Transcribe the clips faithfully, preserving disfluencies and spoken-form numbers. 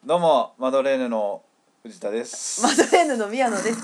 どうもマドレーヌの藤田です。 マドレーヌの宮野です。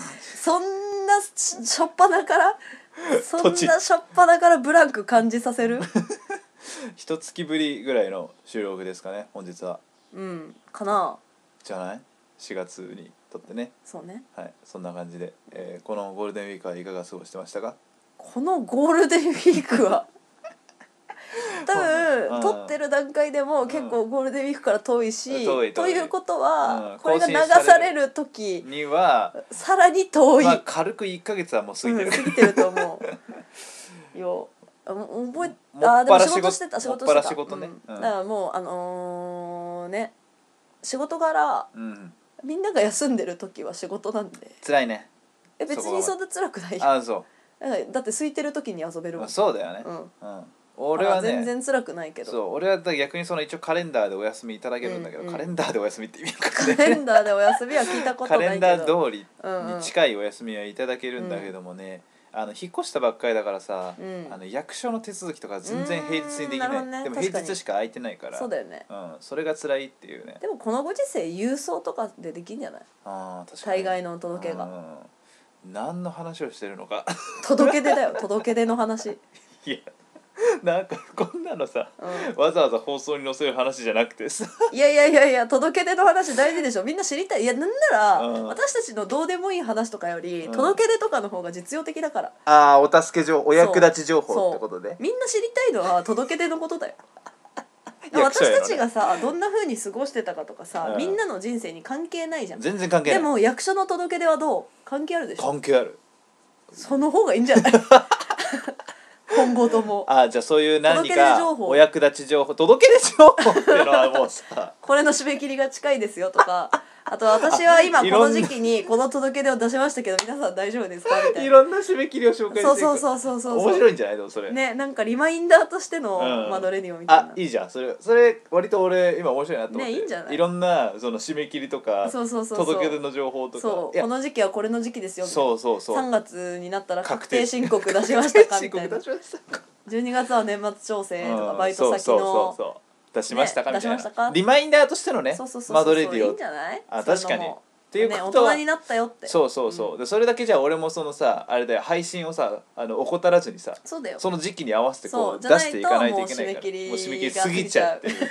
そんなしょっぱなからそんなしょっぱなからブランク感じさせる一月ぶりぐらいの収録ですかね、本日は。 うんかなじゃない、しがつにとってね。 そうね、 はい、そんな感じで、えー、このゴールデンウィークはいかが過ごしてましたか？ このゴールデンウィークは多分撮ってる段階でも結構ゴールデンウィークから遠いし、 遠い遠いということは、 うん、 これが流される時にはさらに遠い、 まあ、軽くいっかげつはもう過ぎてる、 うん、過ぎてると思うよ。あ覚えもあでももっぱら仕事してた仕事もっぱしてたら仕事ね、 うんうん、 だからもうあのー、ね仕事柄、 うん、 みんなが休んでる時は仕事なんで辛いね。 え別にそんな辛くないよ。 ああそうだって空いてる時に遊べるもん、 まあ、そうだよね、 うんうん、俺はね全然辛くないけど、 そう俺は逆にその一応カレンダーでお休みいただけるんだけど、うんうん、カレンダーでお休みって意味わかんないカレンダーでお休みは聞いたことないけどカレンダー通りに近いお休みはいただけるんだけどもね、うん、あの引っ越したばっかりだからさ、うん、あの役所の手続きとか全然平日にできない、ね、でも平日しか空いてないからそうだよね、 うん、それが辛いっていうね。 でもこのご時世郵送とかでできんじゃない？ あ確かに大概の届けが、 うん、何の話をしてるのか届け出だよ届け出の話いやなんかこんなのさ、うん、わざわざ放送に載せる話じゃなくてさいやいやいやいや届け出の話大事でしょ、みんな知りたい。いやなんなら、うん、私たちのどうでもいい話とかより、うん、届け出とかの方が実用的だから。 ああお助け情報お役立ち情報ってことで、 みんな知りたいのは届け出のことだよ私たちがさどんな風に過ごしてたかとかさ、うん、みんなの人生に関係ないじゃん。 全然関係ない。 でも役所の届け出はどう？関係あるでしょ。 関係ある。 その方がいいんじゃない今後とも。 あじゃあそういう何かお役立ち情報届け出情報っていうのはもうさこれの締め切りが近いですよとかあと私は今この時期にこの届け出を出しましたけど皆さん大丈夫ですかみたいな、 いろんな締め切りを紹介していく。 そうそうそうそうそう面白いんじゃないのそれね。なんかリマインダーとしてのマドレニオみたいな、 うん、あいいじゃんそれ。それ割と俺今面白いなと思って、 ね、いいんじゃない。 いろんなその締め切りとかそうそうそうそう届け出の情報とか、 そうこの時期はこれの時期ですよみたいな。 そうそうそうさんがつになったら確定申告出しましたかみたいなじゅうにがつは年末調整とかバイト先の、うん、そうそうそうそう出しましたか、ね、みたいなリマインダーとしてのねマドレディオ。いいんじゃない。あ確かにっていうことは、ね、大人になったよって。 そうそうそう、うん、でそれだけじゃあ俺もそのさあれだよ配信をさあの怠らずにさ そ, その時期に合わせてこう出していかないといけないから、もう締め切り過ぎちゃうっていう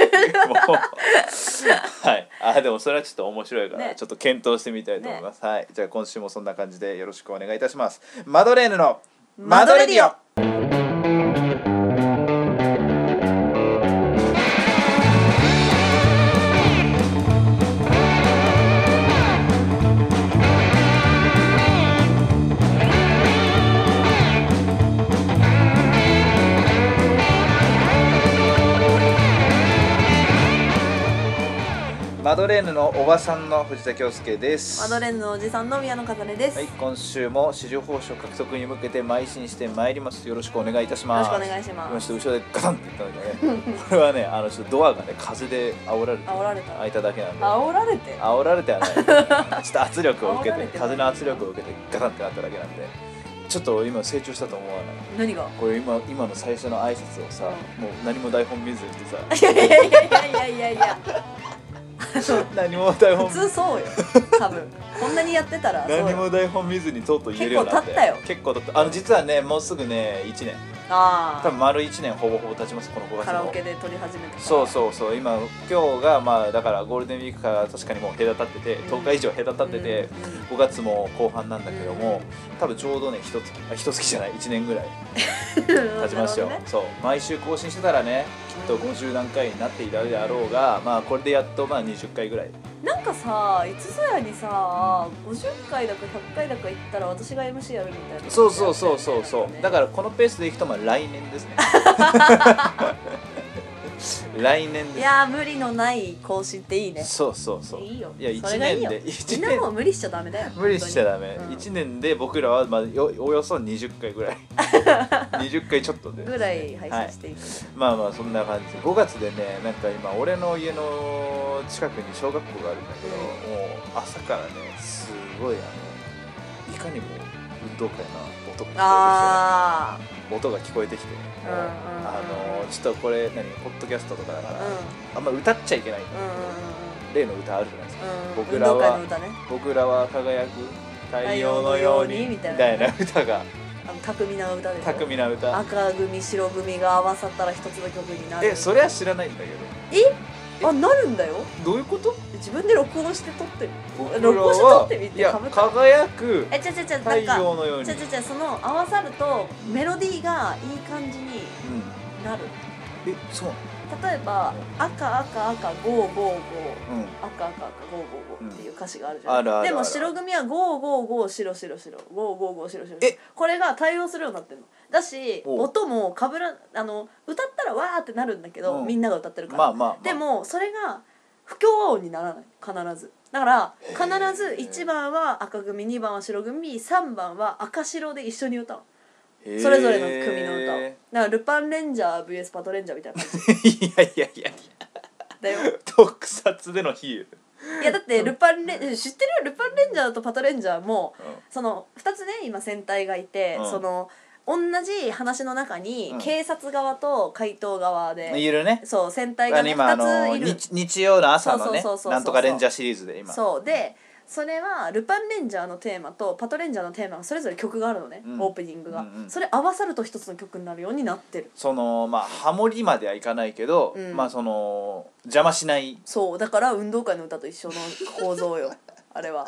はいあでもそれはちょっと面白いから、ね、ちょっと検討してみたいと思います、ね、はいじゃあ今週もそんな感じでよろしくお願いいたします。マドレーヌのマドレディオ。マドレーヌのおばさんの藤田恭介です。 マドレーヌのおじさんの宮野かざねです。 はい、今週も市場報酬獲得に向けて邁進してまいります。よろしくお願いいたします。 よろしくお願いします。 今ちょっと後ろでガタンって言ったんだけどねこれはねあのちょっとドアがね風で煽られて煽られた開いただけなんで。 煽られて煽られてはないちょっと圧力を受けて風の圧力を受けてガタンってなっただけなんで、ちょっと今成長したと思わない？ 何が？ これ今今の最初の挨拶をさ、うん、もう何も台本見ずにさいやいやいやいやいやいやいや何も台本普通そうよ多分こんなにやってたらそうよ。 何も台本見ずにとうとう言えるようになって。 結構経ったよ。 結構経った。あの実はねもうすぐねいちねん、 あ多分丸いちねんほぼほぼ経ちます。このごがつのカラオケで撮り始めてから。 そうそうそう今今日がまあだからゴールデンウィークから確かにもう隔たってて、うん、とおか以上隔たってて、うん、ごがつも後半なんだけども、うん、多分ちょうどね一月あ一月じゃないいちねんぐらい経ちましたよ、ね、そう毎週更新してたらねきっとごじゅう何回になっていたであろうが、まあこれでやっとまあにじゅっかいぐらい。 なんかさいつぞやにさごじゅっかいだかひゃっかいだか言ったら私が エムシー やるみたいな。 そうそうそうそうそう、ね、だからこのペースでいくとまあ来年ですね来年です。 いや無理のない更新っていいね。 そうそうそう。 いいよ。 いやいちねんでみんなもう無理しちゃダメだよ。 無理しちゃダメ。うん、いちねんで僕らはまあよおよそにじゅっかいぐらいにじゅっかいちょっとで、ね、 ぐらい配信していく、はい、 まあまあそんな感じ。ごがつでねなんか今俺の家の近くに小学校があるんだけど、うん、もう朝からねすごいあのいかにも運動会な音が聞こえてきて、あ音が聞こえてきて、ね、うんうんうん、あのちょっとこれ何ポッドキャストとかだから、うん、あんま歌っちゃいけないんだけど、うんうんうん、 例の歌あるじゃないですか、 うん、 僕らは、 ね、 僕らは輝く太陽のようにみたいな歌があの巧みな歌です。 巧みな歌。 赤組白組が合わさったら一つの曲になる。 え、 それは知らないんだけど。 え、あ、なるんだよ。 どういうこと？ 自分で録音して撮ってる。録音して撮ってみて。いや、 輝くえ、ちゃちゃちゃ、 太陽のように。 ちゃちゃちゃ、その合わさるとメロディーがいい感じになる。 うん、え、そう。 例えば、赤赤赤ゴーゴーゴー、赤赤赤ゴーゴーゴーっていう歌詞があるじゃん。うん、でも白組はゴーゴーゴー白白白ゴーゴーゴー白白。え、これが対応するようになってるの。だし音もかぶらあの歌ったらわーってなるんだけど、うん、みんなが歌ってるから。まあまあまあ、でもそれが不協和音にならない必ず。だから必ずいちばんは赤組、にばんは白組、さんばんは赤白で一緒に歌う。それぞれの組の歌を。だからルパンレンジャー ブイエス パトレンジャーみたいな感じ。 いやいやいやいやだよ。 特撮でのヒール。 いやだってルパンレン知ってる？ルパンレンジャーとパトレンジャーも、うん、そのふたつね今戦隊がいて、うん、その同じ話の中に、うん、警察側と怪盗側でいるね。 そう戦隊がねふたついる。 日, 日曜の朝のねなんとかレンジャーシリーズで今。 そうで。それはルパンレンジャーのテーマとパトレンジャーのテーマがそれぞれ曲があるのね、うん、オープニングが、うんうん、それ合わさると一つの曲になるようになってる。 そのまあハモリまではいかないけど、うん、まあその邪魔しない。 そうだから運動会の歌と一緒の構造よあれは。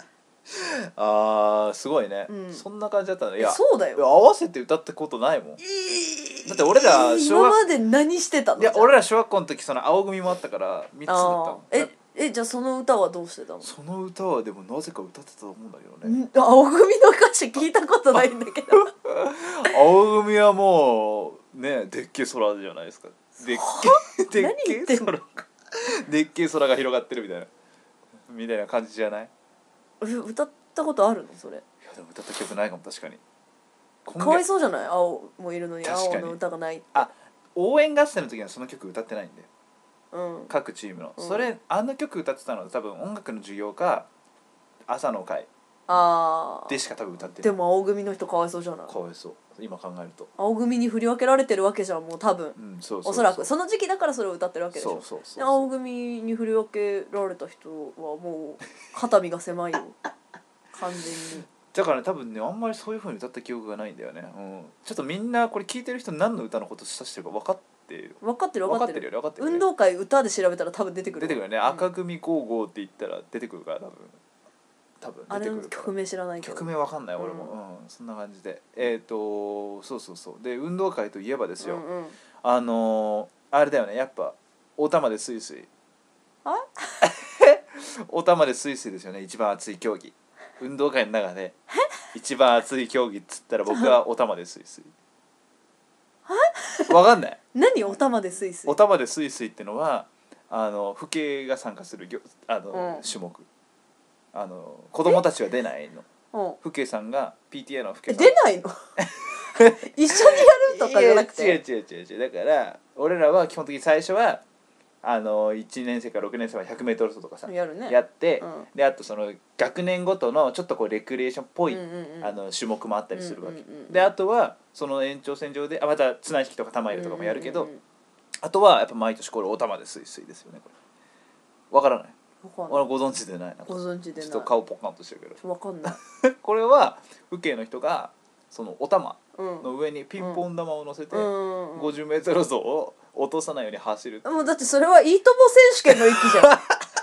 あーすごいね、うん、そんな感じだったね。いやそうだよ。 合わせて歌ったことないもん、えー、だって俺ら小学今まで何してたの？ いや俺ら小学校の時その青組もあったからみっつだったの。 ええ、じゃあその歌はどうしてたの？ その歌はでもなぜか歌ってたと思うんだけどね。 青組の歌詞聞いたことないんだけど青組はもうねでっけえ空じゃないですか。でっけえでっけえ空でっけえ空が広がってるみたいなみたいな感じじゃない？ 歌ったことあるのそれ？いやでも歌った曲ないかも。確かにかわいそうじゃない？青もいるのに青の歌がないって。 あ、応援合戦の時はその曲歌ってないんだよ、 うん、 各チームの、 うん、 それあの曲歌ってたのは多分音楽の授業か朝の会でしか多分歌ってない。 でも青組の人かわいそうじゃない？ かわいそう今考えると。 青組に振り分けられてるわけじゃんもう多分、 うん、そうそうそう、 おそらくその時期だからそれを歌ってるわけでしょ。 そうそうそうそう。 青組に振り分けられた人はもう肩身が狭いよ完全に。 だから、ね、多分ねあんまりそういう風に歌った記憶がないんだよね、うん、ちょっとみんなこれ聞いてる人何の歌のこと指してるか分かってる分かってる分かってる分かってるよね。 運動会歌で調べたら多分出てくる出てくるよね、うん、赤組ゴーゴーって言ったら出てくるから多分多分出てくるから。 あれの曲名知らないけど曲名分かんない俺も、うんうん、そんな感じでえっ、ー、とそうそうそうで運動会といえばですよ、うんうん、あのー、あれだよねやっぱお玉でスイスイあお玉でスイスイですよね一番熱い競技。運動会の中で一番熱い競技っつったら僕はお玉でスイスイ。わかんない。 何お玉でスイスイ？ お玉でスイスイってのはあの父兄が参加するあの、うん、種目。あの子供たちは出ないの。父兄さんが ピーティーエー の父兄さん出ないの？一緒にやるとかじゃなくて。 違う違う違う違う。だから俺らは基本的に最初はあのいちねん生からろくねん生は ひゃくメートル 走とかさやるね、 やって、 うん、 であとその学年ごとのちょっとこうレクリエーションっぽい、うんうんうん、あの種目もあったりするわけ、うんうんうん、であとはその延長線上であまた綱引きとか玉入れとかもやるけど、うんうんうん、あとはやっぱ毎年これお玉でスイスイですよねこれ。わからない？俺ご存知でない。 ご存知でない。 ちょっと顔ポカンとしてるけどわかんないこれは父兄の人がそのお玉の上にピンポン玉を乗せて ごじゅうメートル 走を落とさないように走る。 もうだってそれはいいとも選手権の域じゃ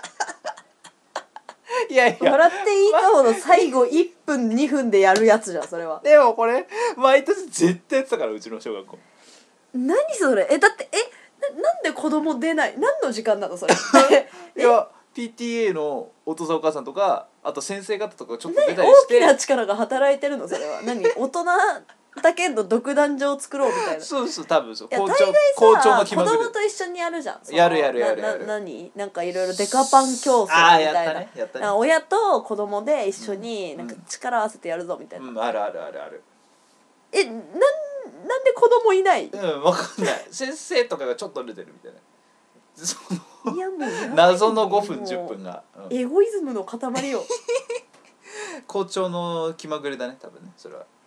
んいやいや笑っていいともの最後いっぷんにふんでやるやつじゃんそれは。 でもこれ毎年絶対やってたからうちの小学校。 何それえだってえ な, なんで子供出ない何の時間なのそれいや ピーティーエー のお父さんお母さんとかあと先生方とかちょっと出たりして、 大きな力が働いてるのそれは。何大人だけど独壇場を作ろうみたいな。 そうそう多分そう。 校長校長の気まぐれ子供と一緒にやるじゃん。 やるやるやるやる。 な何なんかいろいろデカパン競争みたいな。あやったねやったね。親と子供で一緒になんか力合わせてやるぞみたいな。 うん、うん、あるあるあるある。 えなんなんで子供いない？ うんわかんない。先生とかがちょっと出てるみたいな。そのいやもう謎のごふんじゅっぷんが、 うん、エゴイズムの塊よ校長の気まぐれだね多分ねそれは。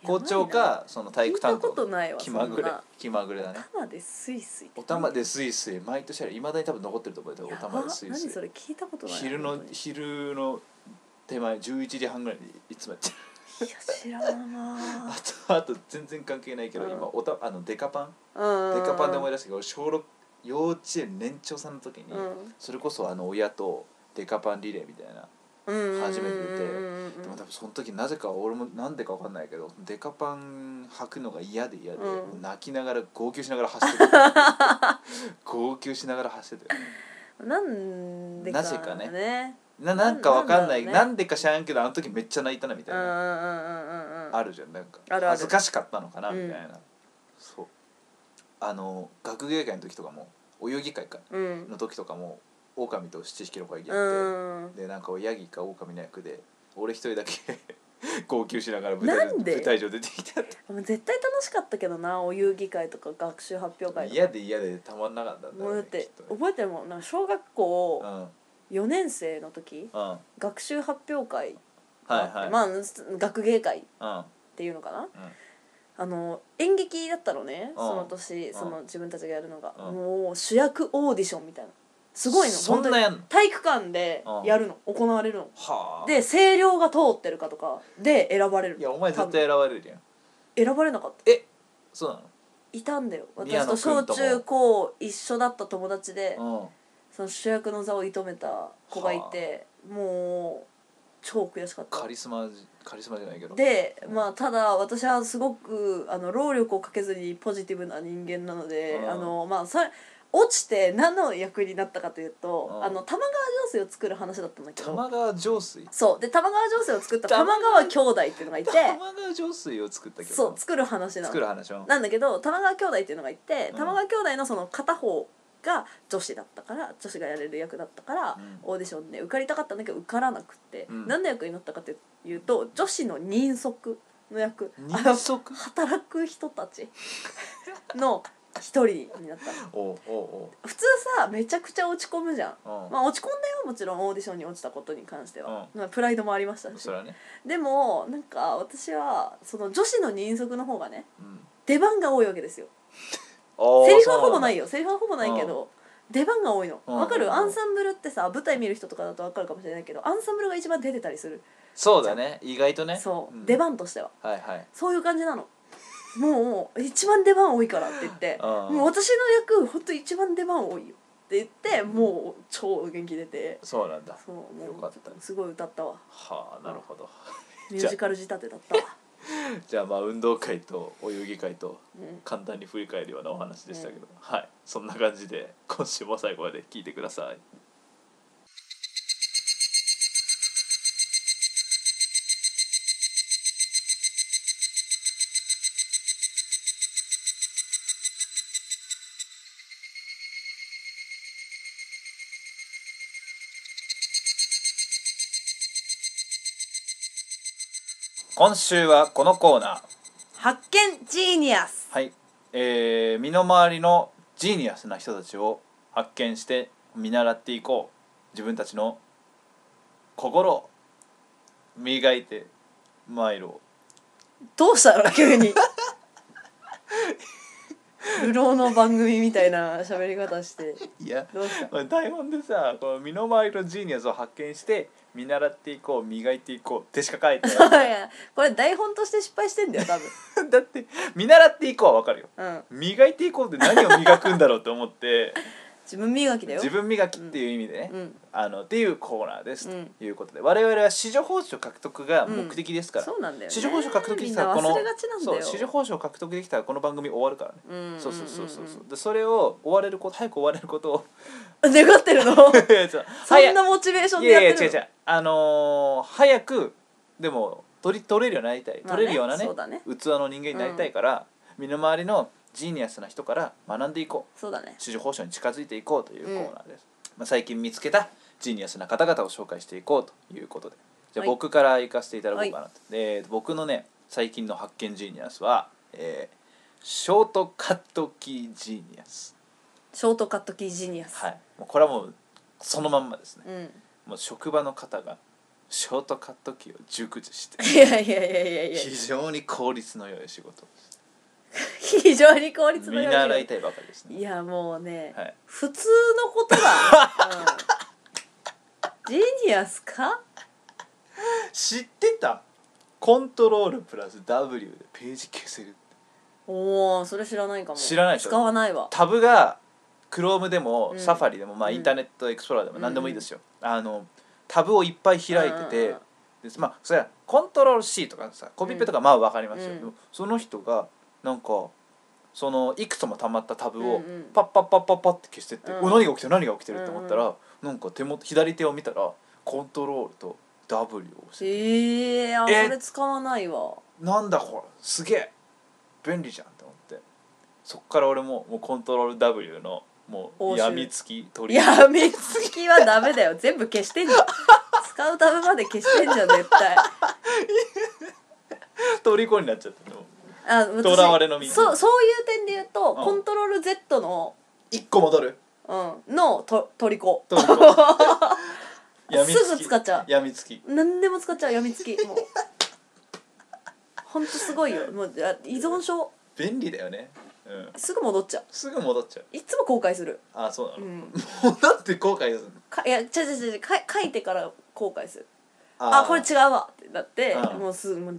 校長かその体育担当聞いたことないわ気まぐれそんな気まぐれだね。 お玉でスイスイお玉でスイスイ毎年ある。いまだに多分残ってると思うよ。お玉でスイスイ。 何それ聞いたことない。 昼の昼の手前じゅういちじはんぐらいにいつもやってる。 いや知らんなあとあと全然関係ないけど、うん、今おたあのデカパン、 うん、 デカパンで思い出したけど、小ろく幼稚園年長さんの時に、うん、それこそあの親とデカパンリレーみたいな初めて出て、でも多分その時なぜか俺もなんでか分かんないけどデカパン履くのが嫌で嫌で、うん、泣きながら号泣しながら走ってた号泣しながら走ってたよね。 なんでかね、なぜかねな, なんかわかんない な, ん、ね、なんでか知らんけどあの時めっちゃ泣いたなみたいなあるじゃん。なんか恥ずかしかったのかなみたいな、うん、そうあの学芸会の時とかも泳ぎ会かの時とかも、うん、狼と七匹の会議やって、うん、でなんかヤギか狼の役で俺一人だけ号泣しながら舞台舞台上出てきたって。 絶対楽しかったけどな、お遊戯会とか学習発表会とか嫌で嫌でたまんなかったんだ、ね、 もうだって覚えてるもん、なんか小学校、うんよねん生の時、うん、学習発表会があって、はいはい、まあ学芸会っていうのかな、うん、あの演劇だったのね、うん、その年、うん、その自分たちがやるのが、うん、もう主役オーディションみたいなすごいの。 そんなやんの？ 体育館でやるの、うん、行われるの、はあ、で声量が通ってるかとかで選ばれるの。 いやお前絶対選ばれるやん。 選ばれなかった。 えそうなの？ いたんだよ、私と小中高一緒だった友達で、うんその主役の座を射止めた子がいて、はあ、もう超悔しかった。 カリスマカリスマじゃないけどで、まあただ私はすごくあの労力をかけずにポジティブな人間なので、うん、あのまあそれ落ちて何の役になったかというと、うん、あの玉川上水を作る話だったんだけど。 玉川上水？ そうで玉川上水を作った玉川兄弟っていうのがいて、 玉川上水を作ったけどそう作る話なの。 作る話なんだけど玉川兄弟っていうのがいて、玉川兄弟のその片方が女子だったから女子がやれる役だったから、うん、オーディションで受かりたかったんだけど受からなくて、うん、何の役になったかというと女子の人足の役、 人足働く人たちの一人になったの。おうおうおう普通さめちゃくちゃ落ち込むじゃん、まあ、落ち込んだよもちろんオーディションに落ちたことに関しては、まあ、プライドもありましたし、 それはね、 でもなんか私はその女子の人足の方がね、うん、出番が多いわけですよ。セリフはほぼないよセリフはほぼないけど、うん、出番が多いのわかる、うん、アンサンブルってさ舞台見る人とかだとわかるかもしれないけどアンサンブルが一番出てたりする。 そうだね意外とねそう、うん、出番としては、 はいはい、 そういう感じなの。もう一番出番多いからって言って、うん、もう私の役ほんと一番出番多いよって言ってもう超元気出て。 そうなんだ。 そうもうよかった。 すごい歌ったわ。 はあなるほど。 ミュージカル仕立てだったわ。 じゃあまあ運動会とお遊戯会と簡単に振り返るようなお話でしたけど、うん、はいそんな感じで今週も最後まで聞いてください。今週はこのコーナー発見ジーニアス。 はい、えー、身の回りのジーニアスな人たちを発見して見習っていこう。自分たちの心を磨いて参ろう。どうしたの急に流浪の番組みたいな喋り方して。 いやどうした台本でさこの身の回りのジーニアスを発見して見習っていこう磨いていこうってしか書いてない。いやこれ台本として失敗してんだよ多分だって見習っていこうは分かるよ、うん、磨いていこうって何を磨くんだろうって思って自分磨きだよ。 自分磨きっていう意味でね、うん、あのっていうコーナーです、うん、ということで我々は市場報酬獲得が目的ですから、 うん、そうなんだよね。 市場報酬獲得できたらこのみんな忘れがちなんだよ。 そう市場報酬を獲得できたらこの番組終わるからね、うんうんうんうん、そうそうそうそうでそれを終われること早く終われることを願ってるのそんなモチベーションでやってるの。いやいや違う違うあのー、早くでも取り取れるようになりたい、取れるようなね、まあね、器の人間になりたいから、うん、身の回りのジーニアスな人から学んでいこう。 そうだね。 市場報酬に近づいていこうというコーナーです、うんまあ、最近見つけたジーニアスな方々を紹介していこうということで、じゃあ僕から行かせていただこうかなと、はい、で僕のね最近の発見ジーニアスは、えー、ショートカットキージーニアス。 ショートカットキージーニアス、 はい、もうこれはもうそのまんまですね、 うん、 もう職場の方がショートカットキーを熟知していやいやいやいやいや非常に効率の良い仕事非常に効率の良い見習いたいばかりですね。 いやもうね、 はい、 普通のことだ、うん、ジーニアスか。 知ってた？コントロールプラス ダブリュー でページ消せる。 おお、それ知らないかも。 知らないでしょ。 使わないわ。 タブが Chrome でも、うん、サファリでも、まあ、インターネットエクスプローラーでも何でもいいですよ、うん、あのタブをいっぱい開いてて、うんでまあ、それはコントロール C とかさコピペとかまあ分かりますよ、うん、その人がなんかそのいくつも溜まったタブをパッパッパッパッパッって消してって、うん、お何が起きてる何が起きてるって思ったら、うん、なんか手元左手を見たらコントロールと ダブリュー を押してえー、あえそれ使わないわ。 なんだこれすげえ便利じゃんって思って、そっから俺ももうコントロール ダブリュー のもうやみつき取りやみつきはダメだよ全部消してんじゃん使うタブまで消してんじゃん絶対虜になっちゃってのあとらわれの身。 そうそういう点で言うと、うん、コントロール Z のいっこ戻る、 うん、のと虜すぐ使っちゃう。 やみつき何でも使っちゃうやみつきもうほんとすごいよもう依存症。 便利だよね、うん、 すぐ戻っちゃう。 すぐ戻っちゃう。 いつも後悔する。 ああそうなの、うん、もうだって後悔するかいや違う違う違うか書いてから後悔する。ああこれ違うわってなって、うん、もうすぐもう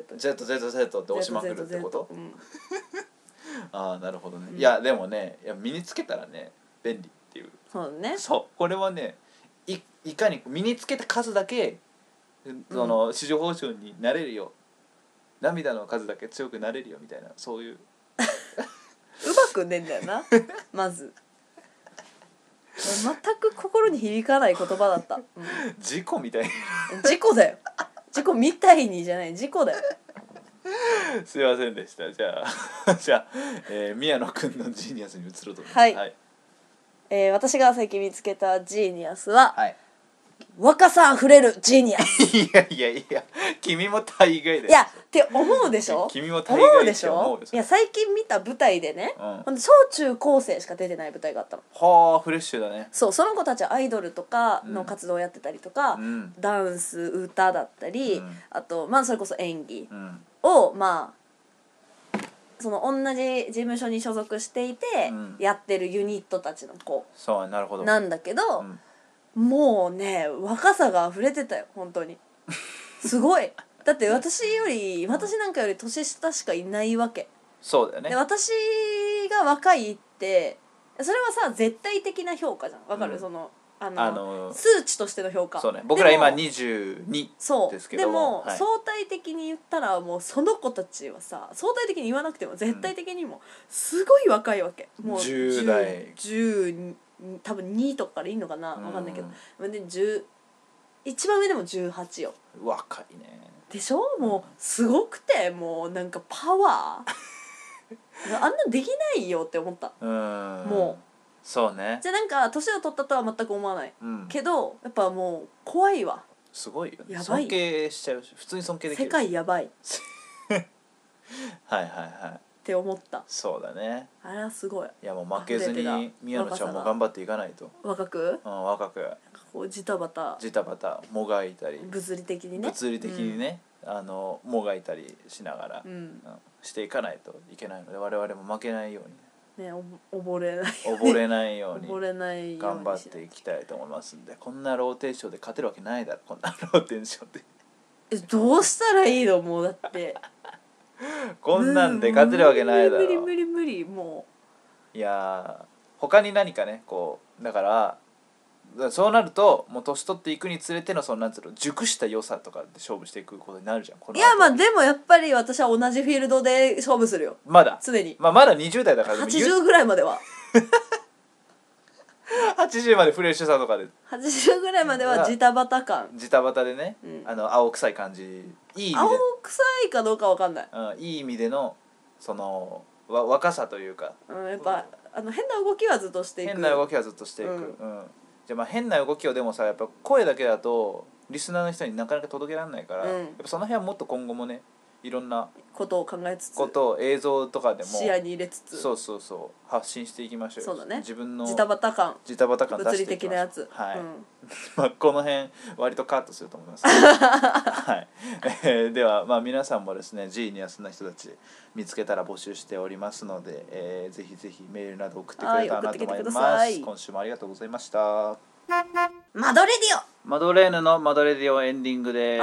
ZZ ZZZ って押しまくるってこと、うん、ああなるほどね、うん、いやでもねいや身につけたらね便利っていう。 そうね。 そうこれはね い, いかに身につけた数だけその、うん、市場報酬になれるよ、涙の数だけ強くなれるよみたいなそういううまくねえんだよなまず全く心に響かない言葉だった、うん、 事故みたい事故だよ事故みたいにじゃない事故だよすいませんでした。じゃあじゃあ、えー、宮野くんのジーニアスに移ろうと思います。 はい、はいえー、私が最近見つけたジーニアスは、 はい、 若さあふれるジーニアスいやいやいや君も大概だよ。 いやって思うでしょ君も大概思うでしょ。いや最近見た舞台でね、うん、小中高生しか出てない舞台があったの。 はあフレッシュだね。 そうその子たちはアイドルとかの活動をやってたりとか、うん、ダンス歌だったり、うん、あとまあそれこそ演技を、うん、まあその同じ事務所に所属していてやってるユニットたちの子なんだけど、うん、もうね若さが溢れてたよ本当にすごい。だって私より私なんかより年下しかいないわけ。 そうだよね。 で私が若いってそれはさ絶対的な評価じゃんわかる、うん、そのあの、あのー、数値としての評価。 そうね僕ら今にじゅうにですけどもでも、 はい、 相対的に言ったらもうその子たちはさ相対的に言わなくても絶対的にもすごい若いわけ、うん、もうじゅう代じゅう多分にとかからいいのかな分かんないけど、うん、でじゅう一番上でもじゅうはちよ。 若いねでしょ。もうすごくてもうなんかパワーあんなできないよって思った。うんもうそうね。 じゃあなんか年を取ったとは全く思わない、うん、けどやっぱもう怖いわ。 すごいよね。やばい。尊敬しちゃうし普通に尊敬できる。 世界やばいはいはいはいって思った。 そうだね。 あれはすごい。 いやもう負けずに宮野ちゃんも頑張っていかないと。 若く、 うん、若くこうジタバタジタバタもがいたり物理的にね物理的にね、うん、あのもがいたりしながら、うんうん、していかないといけないので我々も負けないようにね溺れない溺れないように溺れない頑張っていきたいと思いますんで、こんなローテーションで勝てるわけないだろ。こんなローテーションでえどうしたらいいのもうだってこんなんで勝てるわけないだろ。 無理無理無理もういや他に何かねこうだからそうなるともう年取っていくにつれてのそのなんつうの熟した良さとかで勝負していくことになるじゃん。このいやまあでもやっぱり私は同じフィールドで勝負するよ。 まだ常に、 まあ、まだにじゅう代だからはちじゅうぐらいまでははちじゅうまでフレッシュさとかではちじゅうぐらいまではジタバタ感ジタバタでね、うん、あの青臭い感じいい意味で青臭いかどうかわかんない、 うん、いい意味でのそのわ若さというか、 うん、やっぱあの変な動きはずっとしていく変な動きはずっとしていく、うんうんじゃあまあ変な動きをでもさやっぱ声だけだとリスナーの人になかなか届けられないから、うん、やっぱその辺はもっと今後もねいろんなことを考えつつことを映像とかでも視野に入れつつそうそうそう発信していきましょうよ。 そうだね、 自分のジタバタ感ジタバタ感出していきましょう。 物理的なやつ、 はい、 うんまあこの辺割とカットすると思いますはい、えー、ではまあ皆さんもですねジーニアスな人たち見つけたら募集しておりますので、えー、ぜひぜひメールなど送ってくれたらなと思います。今週もありがとうございました。 マドレディオマドレーヌのマドレディオエンディングです。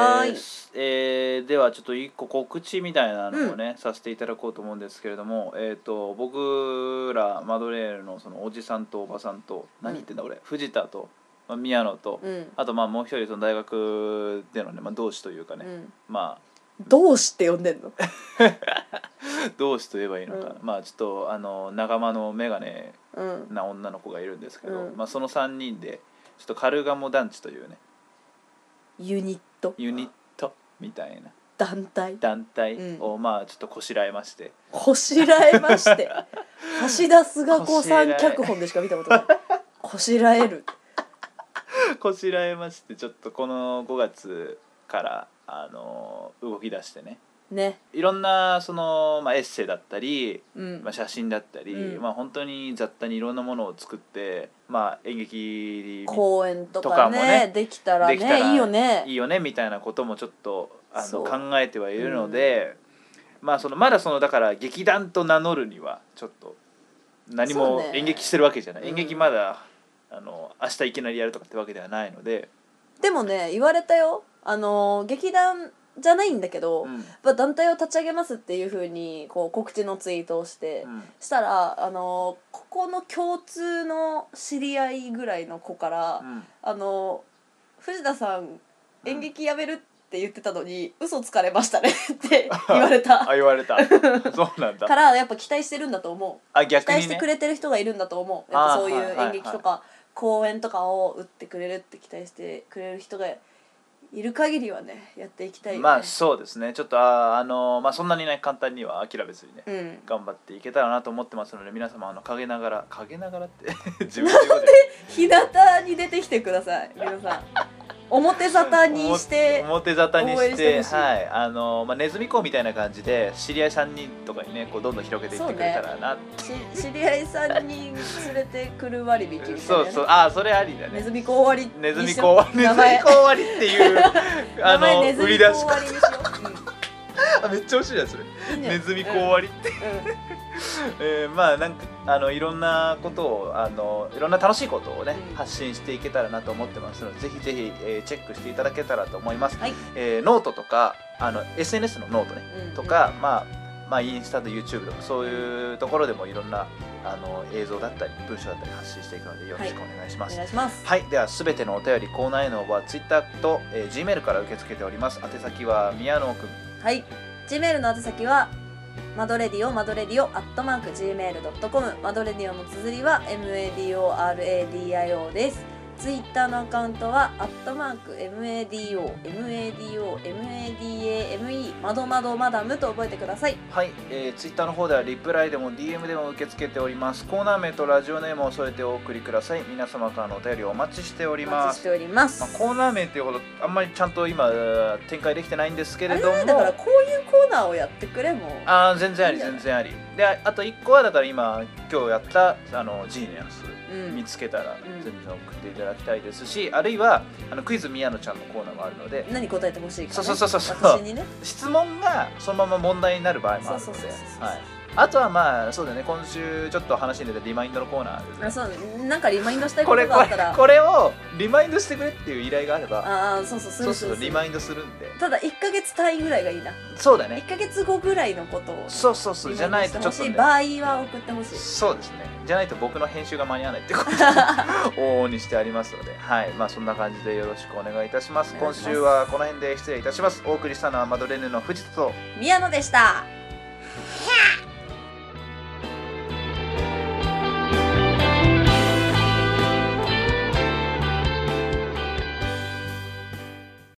えー、ではちょっと一個告知みたいなのをね、うん、させていただこうと思うんですけれども、えーと僕らマドレーヌのそのおじさんとおばさんと、何言ってんだ俺、うん、藤田と、まあ、宮野と、うん、あとまあもう一人その大学でのね、まあ、同志というかね、うん、まあ同志って呼んでんの同志と言えばいいのか、うん、まあちょっとあの仲間のメガネな女の子がいるんですけど、うん、まあそのさんにんでちょっとカルガモ団地というねユニットユニットみたいな団体団体を、うん、まあちょっとこしらえましてこしらえまして橋田壽賀子さん脚本でしか見たことないこしらえるこしらえましてちょっとこのごがつからあの動き出してねね、 いろんなその、まあ、エッセイだったり、 うんまあ、写真だったり、うんまあ、本当に雑多にいろんなものを作って、まあ、演劇公演とか ね, とかもねできたらねいいよねいいよねみたいなこともちょっとあの考えてはいるので、うん、まあそのまだそのだから劇団と名乗るにはちょっと何も演劇してるわけじゃない、ね、演劇まだ、うん、あの明日いきなりやるとかってわけではないので。 でもね言われたよ、あの劇団じゃないんだけど、うん、やっぱ団体を立ち上げますっていう風にこう告知のツイートをして、うん、したらあのここの共通の知り合いぐらいの子から、うん、あの藤田さん演劇やめるって言ってたのに、うん、嘘つかれましたねって言われたあ言われたそうなんだからやっぱ期待してるんだと思う。 あ逆にね、 期待してくれてる人がいるんだと思う。やっぱそういう演劇とか公演とかを打ってくれるって期待してくれる人がいる限りはねやっていきたいよね。 まあそうですねちょっとあ、あのまあ、そんなにね簡単には諦めずにね、うん、頑張っていけたらなと思ってますので皆様あの陰ながら陰ながらって自分でなんで日向に出てきてください皆さん表沙汰にして表沙汰にしてはいあの、まあ、ネズミ講みたいな感じで知り合いさんにんとかにねこうどんどん広げていってくれたらな、ね、 知り合いさんにん連れてくる割引みたいな、ね、 そうそうあそれありだねネズミ講割ネズミ講割ネズミ講割っていうあの売り出し方あめっちゃ惜しいやつそれいい、ね、ネズミ講割って、うんうんえー、まあなんかあのいろんなことをあのいろんな楽しいことをね、うん、発信していけたらなと思ってますのでぜひぜひ、えー、チェックしていただけたらと思います、はいえー、ノートとかあの エスエヌエス のノートね、うんうん、とか、まあ、まあインスタと YouTube とかそういうところでもいろんなあの映像だったり文章だったり発信していくのでよろしくお願いします。 はい、お願いします。 はい、ではすべてのお便りコーナーへの応募は Twitter と、えー、Gmail から受け付けております。宛先は宮野くん。 はい、Gmail の宛先はマドレディオマドレディオアットマーク ジーメールドットコム マドレディオの綴りは エムエーディーオーアールエーディーアイオー です。ツイッターのアカウントはアットマーク エムエーディーオー エムエーディーオー エムエーディーエーエムイー マドマドマダムと覚えてください。 はい、えー、ツイッターの方ではリプライでも ディーエム でも受け付けております。コーナー名とラジオネームを添えてお送りください。皆様からのお便りをお待ちしております。お待ちしております、 まあ、コーナー名っていうほどあんまりちゃんと今展開できてないんですけれども、 あれだからこういうコーナーをやってくれもあ全然あり全然ありで、あといっこはだから今今日やったあのジーニアス見つけたら全然送っていただきたいですし、うん、あるいはあのクイズ宮野ちゃんのコーナーもあるので何答えてほしいか、ね、 そうそうそうそう私にね質問がそのまま問題になる場合もあるのであとはまあそうだね今週ちょっと話に出たリマインドのコーナーですね。 あそうなんかリマインドしたいことがあったらこれこれこれをリマインドしてくれっていう依頼があればああそうそうそうそうリマインドするんでただいっかげつ単位ぐらいがいいな。そうだねいっかげつごぐらいのことをそうそうそうじゃないとちょっと、ね、 場合は送ってほしい。 そうですねじゃないと僕の編集が間に合わないってことを往々にしてありますのではいまあそんな感じでよろしくお願いいたします。今週はこの辺で失礼いたします。お送りしたのはマドレーヌの藤田と宮野でした。